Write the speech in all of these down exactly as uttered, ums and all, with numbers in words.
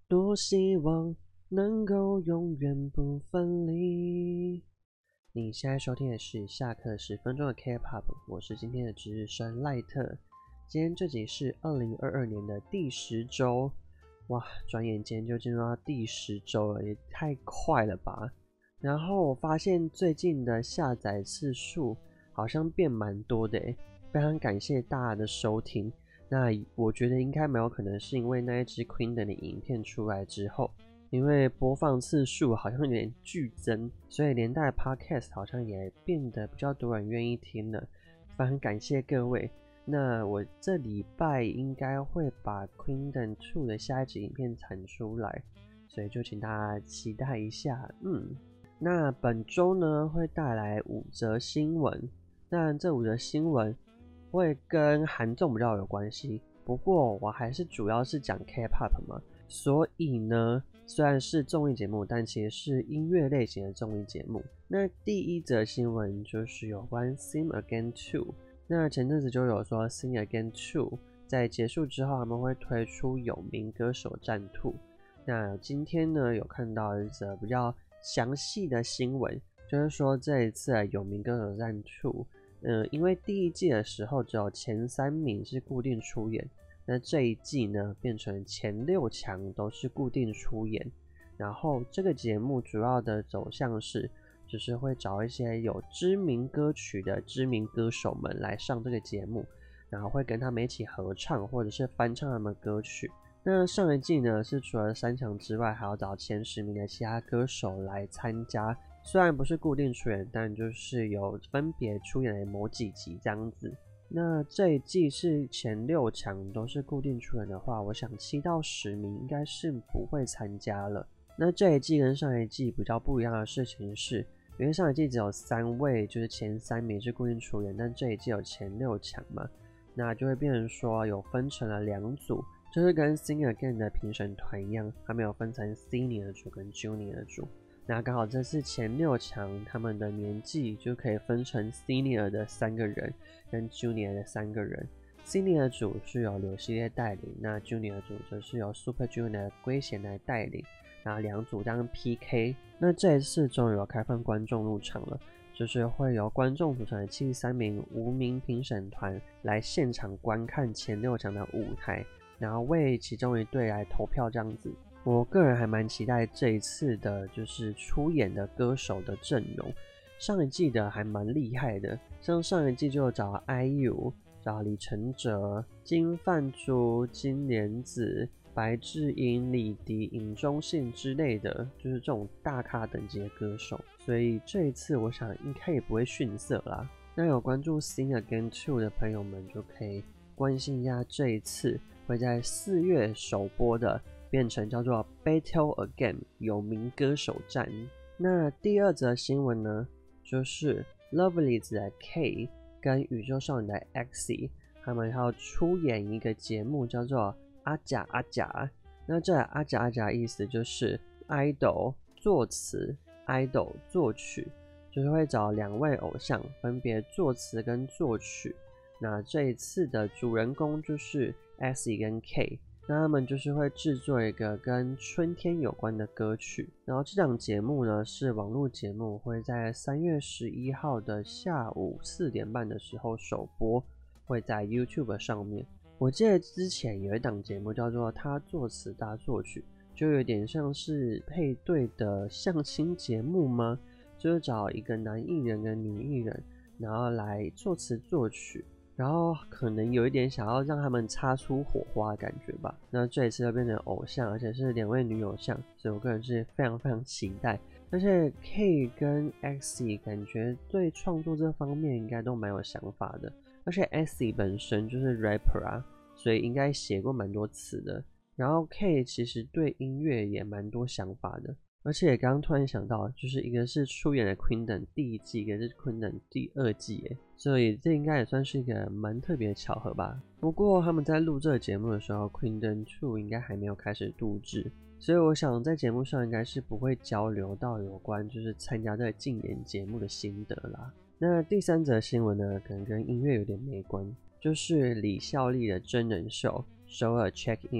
多希望能够永远不分离。你现在收听的是下课十分钟的 K-pop， 我是今天的值日生赖特。今天这集是二零二二年的第十周，哇，转眼间就进入到第十周了，也太快了吧！然后我发现最近的下载次数好像变蛮多的耶，非常感谢大家的收听。那我觉得应该蛮有可能是因为那一支 Queendom 的影片出来之后，因为播放次数好像有点剧增，所以连带 Podcast 好像也变得比较多人愿意听了，非常感谢各位。那我这礼拜应该会把 Queendom 二的下一集影片产出来，所以就请大家期待一下。嗯，那本周呢会带来五则新闻，那这五则新闻会跟韩综比较有关系，不过我还是主要是讲 K-pop 嘛，所以呢，虽然是综艺节目，但其实是音乐类型的综艺节目。那第一则新闻就是有关 Sing Again 二，那前阵子就有说 Sing Again 二在结束之后，他们会推出有名歌手战兔。那今天呢，有看到一则比较详细的新闻，就是说这一次的有名歌手战兔。呃，因为第一季的时候只有前三名是固定出演，那这一季呢变成前六强都是固定出演。然后这个节目主要的走向是，就是会找一些有知名歌曲的知名歌手们来上这个节目，然后会跟他们一起合唱或者是翻唱他们歌曲。那上一季呢是除了三强之外，还要找前十名的其他歌手来参加。虽然不是固定出演，但就是有分别出演的某几集这样子。那这一季是前六强都是固定出演的话，我想七到十名应该是不会参加了。那这一季跟上一季比较不一样的事情是，因为上一季只有三位就是前三名是固定出演，但这一季有前六强嘛，那就会变成说有分成了两组，就是跟 Sing Again 的评审团一样，他们有分成 Senior 组跟 Junior 组。那刚好这次前六强，他们的年纪就可以分成 Senior 的三个人跟 Junior 的三个人。Senior 组是由柳熙烈带领，那 Junior 组则是由 Super Junior 的圭贤来带领，那两组这样 P K。那这一次终于有开放观众入场了，就是会由观众组成的七十三名无名评审团来现场观看前六强的舞台，然后为其中一队来投票这样子。我个人还蛮期待这一次的就是出演的歌手的阵容，上一季的还蛮厉害的，像上一季就找 I U、 找李承哲、金范珠、金莲子、白智英、李迪、尹中信之类的，就是这种大咖等级的歌手，所以这一次我想应该也不会逊色啦。那有关注 Sing Again 二的朋友们就可以关心一下这一次会在四月首播的变成叫做 Battle Again 有名歌手战。那第二则新闻呢，就是 Lovelyz 的 K 跟宇宙少女的 X Y 他们要出演一个节目叫做阿甲阿甲。那这阿甲阿甲意思就是 idol 作词 idol 作曲，就是会找两位偶像分别作词跟作曲。那这一次的主人公就是 X Y 跟 K，那他们就是会制作一个跟春天有关的歌曲，然后这档节目呢是网络节目，会在三月十一号的下午四点半的时候首播，会在 YouTube 上面。我记得之前有一档节目叫做他作词大作曲，就有点像是配对的相亲节目吗？就是找一个男艺人跟女艺人，然后来作词作曲，然后可能有一点想要让他们擦出火花的感觉吧。那这一次就变成偶像，而且是两位女偶像，所以我个人是非常非常期待。而且 K 跟 X Y 感觉对创作这方面应该都蛮有想法的，而且 X Y 本身就是 rapper 啊，所以应该写过蛮多词的。然后 K 其实对音乐也蛮多想法的，而且刚刚突然想到，就是一个是出演了 Queendom 第一季，一个是 Queendom 第二季耶，所以这应该也算是一个蛮特别的巧合吧。不过他们在录这个节目的时候 ，Queendom 二应该还没有开始录制，所以我想在节目上应该是不会交流到有关就是参加这个竞演节目的心得啦。那第三则新闻呢，可能跟音乐有点没关，就是李孝利的真人秀首尔 Check In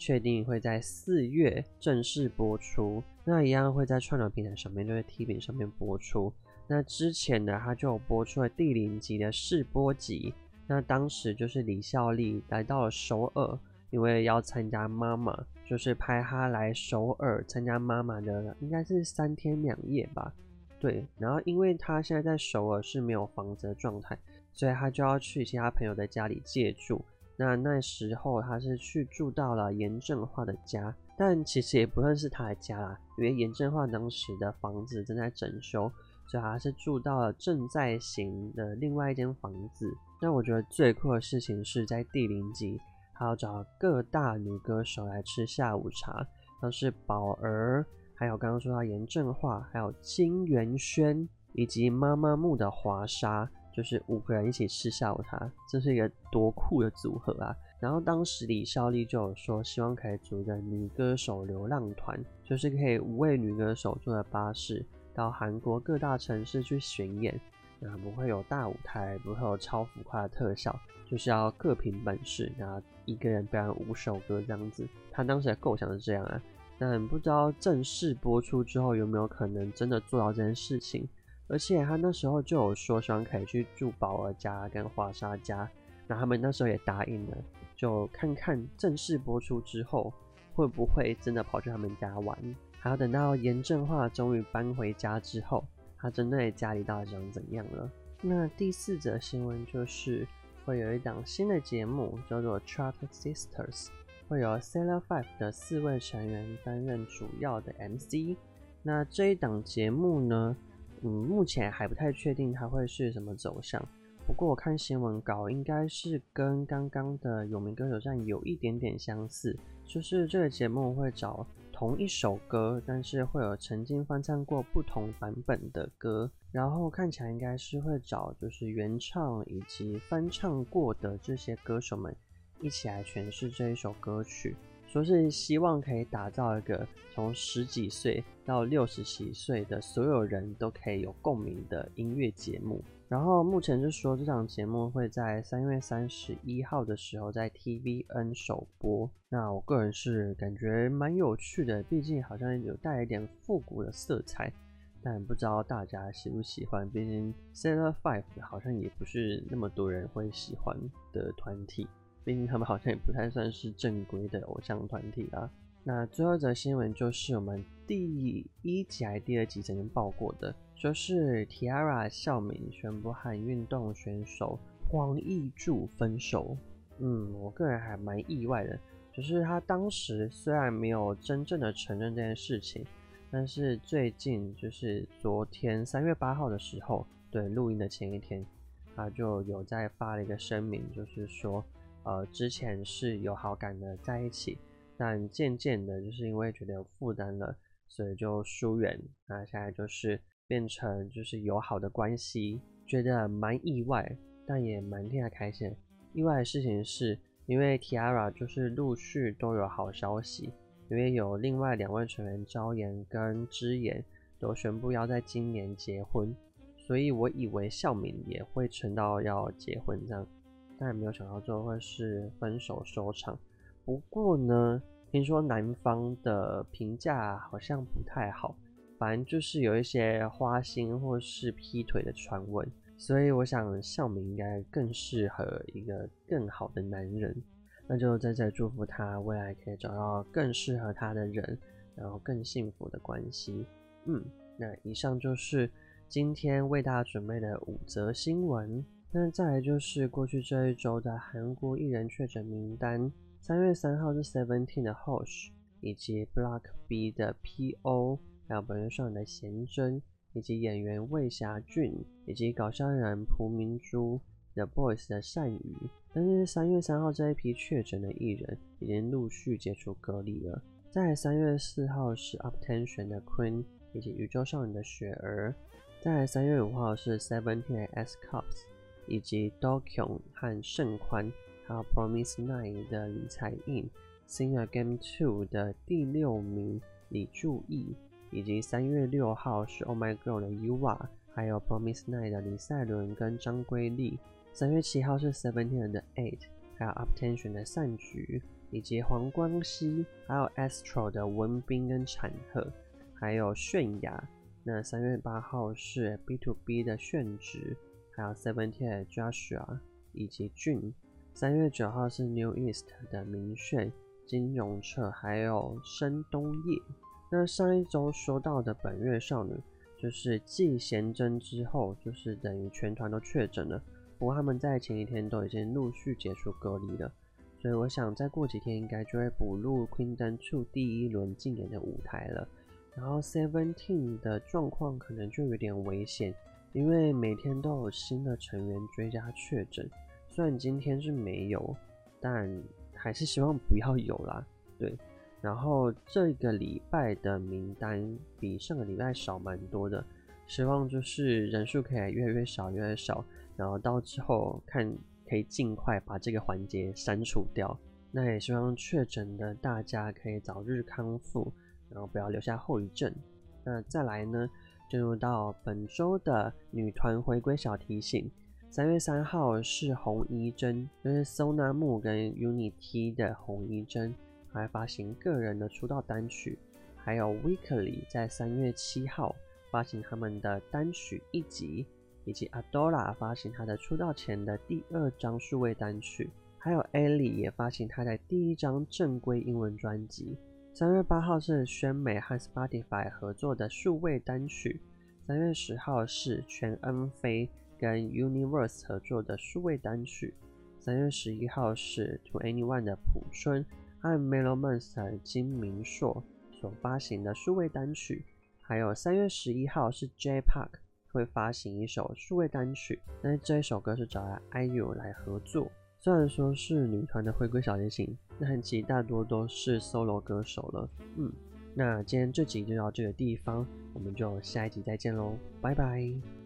确定会在四月正式播出，那一样会在串流平台上面，就是 T V B 上面播出。那之前呢，他就有播出了第零集的试播集。那当时就是李孝利来到了首尔，因为要参加妈妈，就是派他来首尔参加妈妈的，应该是三天两夜吧。对，然后因为他现在在首尔是没有房子的状态，所以他就要去其他朋友的家里借住。那那时候他是去住到了严正化的家，但其实也不算是他的家啦，因为严正化当时的房子正在整修，所以他是住到了正在行的另外一间房子。那我觉得最酷的事情是在第零集，他要找各大女歌手来吃下午茶，像是宝儿，还有刚刚说到严正化，还有金元萱，以及妈妈木的华莎，就是五个人一起吃下午茶，这是一个多酷的组合啊！然后当时李孝利就有说，希望可以组一个女歌手流浪团，就是可以五位女歌手坐的巴士到韩国各大城市去巡演。那不会有大舞台，不会有超浮夸的特效，就是要各凭本事，然后一个人表演五首歌这样子。他当时的构想是这样啊，但不知道正式播出之后有没有可能真的做到这件事情。而且他那时候就有说希望可以去住宝儿家跟华莎家，那他们那时候也答应了，就看看正式播出之后会不会真的跑去他们家玩。还要等到严正化终于搬回家之后，他针对家里到底长怎样了。那第四则新闻就是会有一档新的节目叫做 Chart Sisters， 会有 Sailor Five 的四位成员担任主要的 M C。 那这一档节目呢，嗯，目前还不太确定它会是什么走向，不过我看新闻稿应该是跟刚刚的有名歌手站有一点点相似，就是这个节目会找同一首歌，但是会有曾经翻唱过不同版本的歌，然后看起来应该是会找就是原唱以及翻唱过的这些歌手们一起来诠释这一首歌曲，说是希望可以打造一个从十几岁到六十几岁的所有人都可以有共鸣的音乐节目。然后目前是说这档节目会在三月三十一号的时候在 T V N 首播。那我个人是感觉蛮有趣的，毕竟好像有带一点复古的色彩，但不知道大家喜不喜欢，毕竟 Sailor Five 好像也不是那么多人会喜欢的团体，毕竟他们好像也不太算是正规的偶像团体啦。那最后一则新闻就是我们第一集还是第二集曾经报过的，就是 T-ara 孝敏宣布和运动选手黄义柱分手。嗯，我个人还蛮意外的，就是他当时虽然没有真正的承认这件事情，但是最近就是昨天三月八号的时候，对，录音的前一天，他就有在发了一个声明，就是说呃之前是有好感的在一起，但渐渐的就是因为觉得有负担了，所以就疏远，那现在就是变成就是友好的关系，觉得蛮意外，但也蛮替他开心。意外的事情是因为 T-ara 就是陆续都有好消息，因为有另外两位成员昭妍跟知妍都宣布要在今年结婚，所以我以为孝敏也会撑到要结婚这样，但没有想到最后会是分手收场。不过呢，听说男方的评价好像不太好，反正就是有一些花心或是劈腿的传闻，所以我想孝敏应该更适合一个更好的男人，那就在这祝福他未来可以找到更适合他的人，然后更幸福的关系。嗯，那以上就是今天为大家准备的五则新闻。那再来就是过去这一周的韩国艺人确诊名单。三月三号是 Seventeen 的 Hosh， 以及 Block B 的 P O， 还有本月少女的贤真，以及演员魏霞俊，以及搞笑艺人朴明珠 The Boys 的善宇。但是三月三号这一批确诊的艺人已经陆续解除隔离了。再来三月四号是 Uptension 的 Queen， 以及宇宙少女的雪儿。再来三月五号是 Seventeen 的 S-Cups， 以及 Dokyung 和盛宽，还有 Promise Nine 的李彩印， Singer Game Two 的第六名李柱毅，以及三月六号是 Oh My Girl 的 Yuwa， 还有 Promise Nine 的李赛伦跟张圭丽。三月七号是 Seventeen 的 Eight， 还有 Uptension 的善菊。 以及黄光熙，还有 Astro 的文彬跟产赫，还有泫雅。那三月八号是 B to B 的炫植，还有 Seventeen 的 Joshua 以及俊。三月九号是 New East 的明炫、金荣澈，还有申东烨。那上一周说到的本月少女，就是继贤真之后，就是等于全团都确诊了。不过他们在前几天都已经陆续结束隔离了，所以我想再过几天应该就会补入 Queendom two 第一轮竞演的舞台了。然后 Seventeen 的状况可能就有点危险，因为每天都有新的成员追加确诊。虽然今天是没有，但还是希望不要有啦。对，然后这个礼拜的名单比上个礼拜少蛮多的，希望就是人数可以越来越少，越来越少。然后到之后看可以尽快把这个环节删除掉。那也希望确诊的大家可以早日康复，然后不要留下后遗症。那再来呢，进入到本周的女团回归小提醒。三月三号是洪宜真，就是 Sonamu 跟 Unity 的洪宜真，还发行个人的出道单曲。还有 Weekly 在三月七号发行他们的单曲一集。以及 Adora 发行他的出道前的第二张数位单曲，还有 Ellie 也发行他的第一张正规英文专辑。三月八号是宣美和 Spotify 合作的数位单曲。三月十号是全恩菲跟 Universe 合作的数位单曲。三月十一号是 To Anyone 的朴春和 Melomancer 金明硕所发行的数位单曲。还有三月十一号是 J-Park会发行一首数位单曲，但是这一首歌是找来 I U 来合作。虽然说是女团的回归小提醒，但其实大多都是 solo 歌手了。嗯，那今天这集就到这个地方，我们就下一集再见喽，拜拜。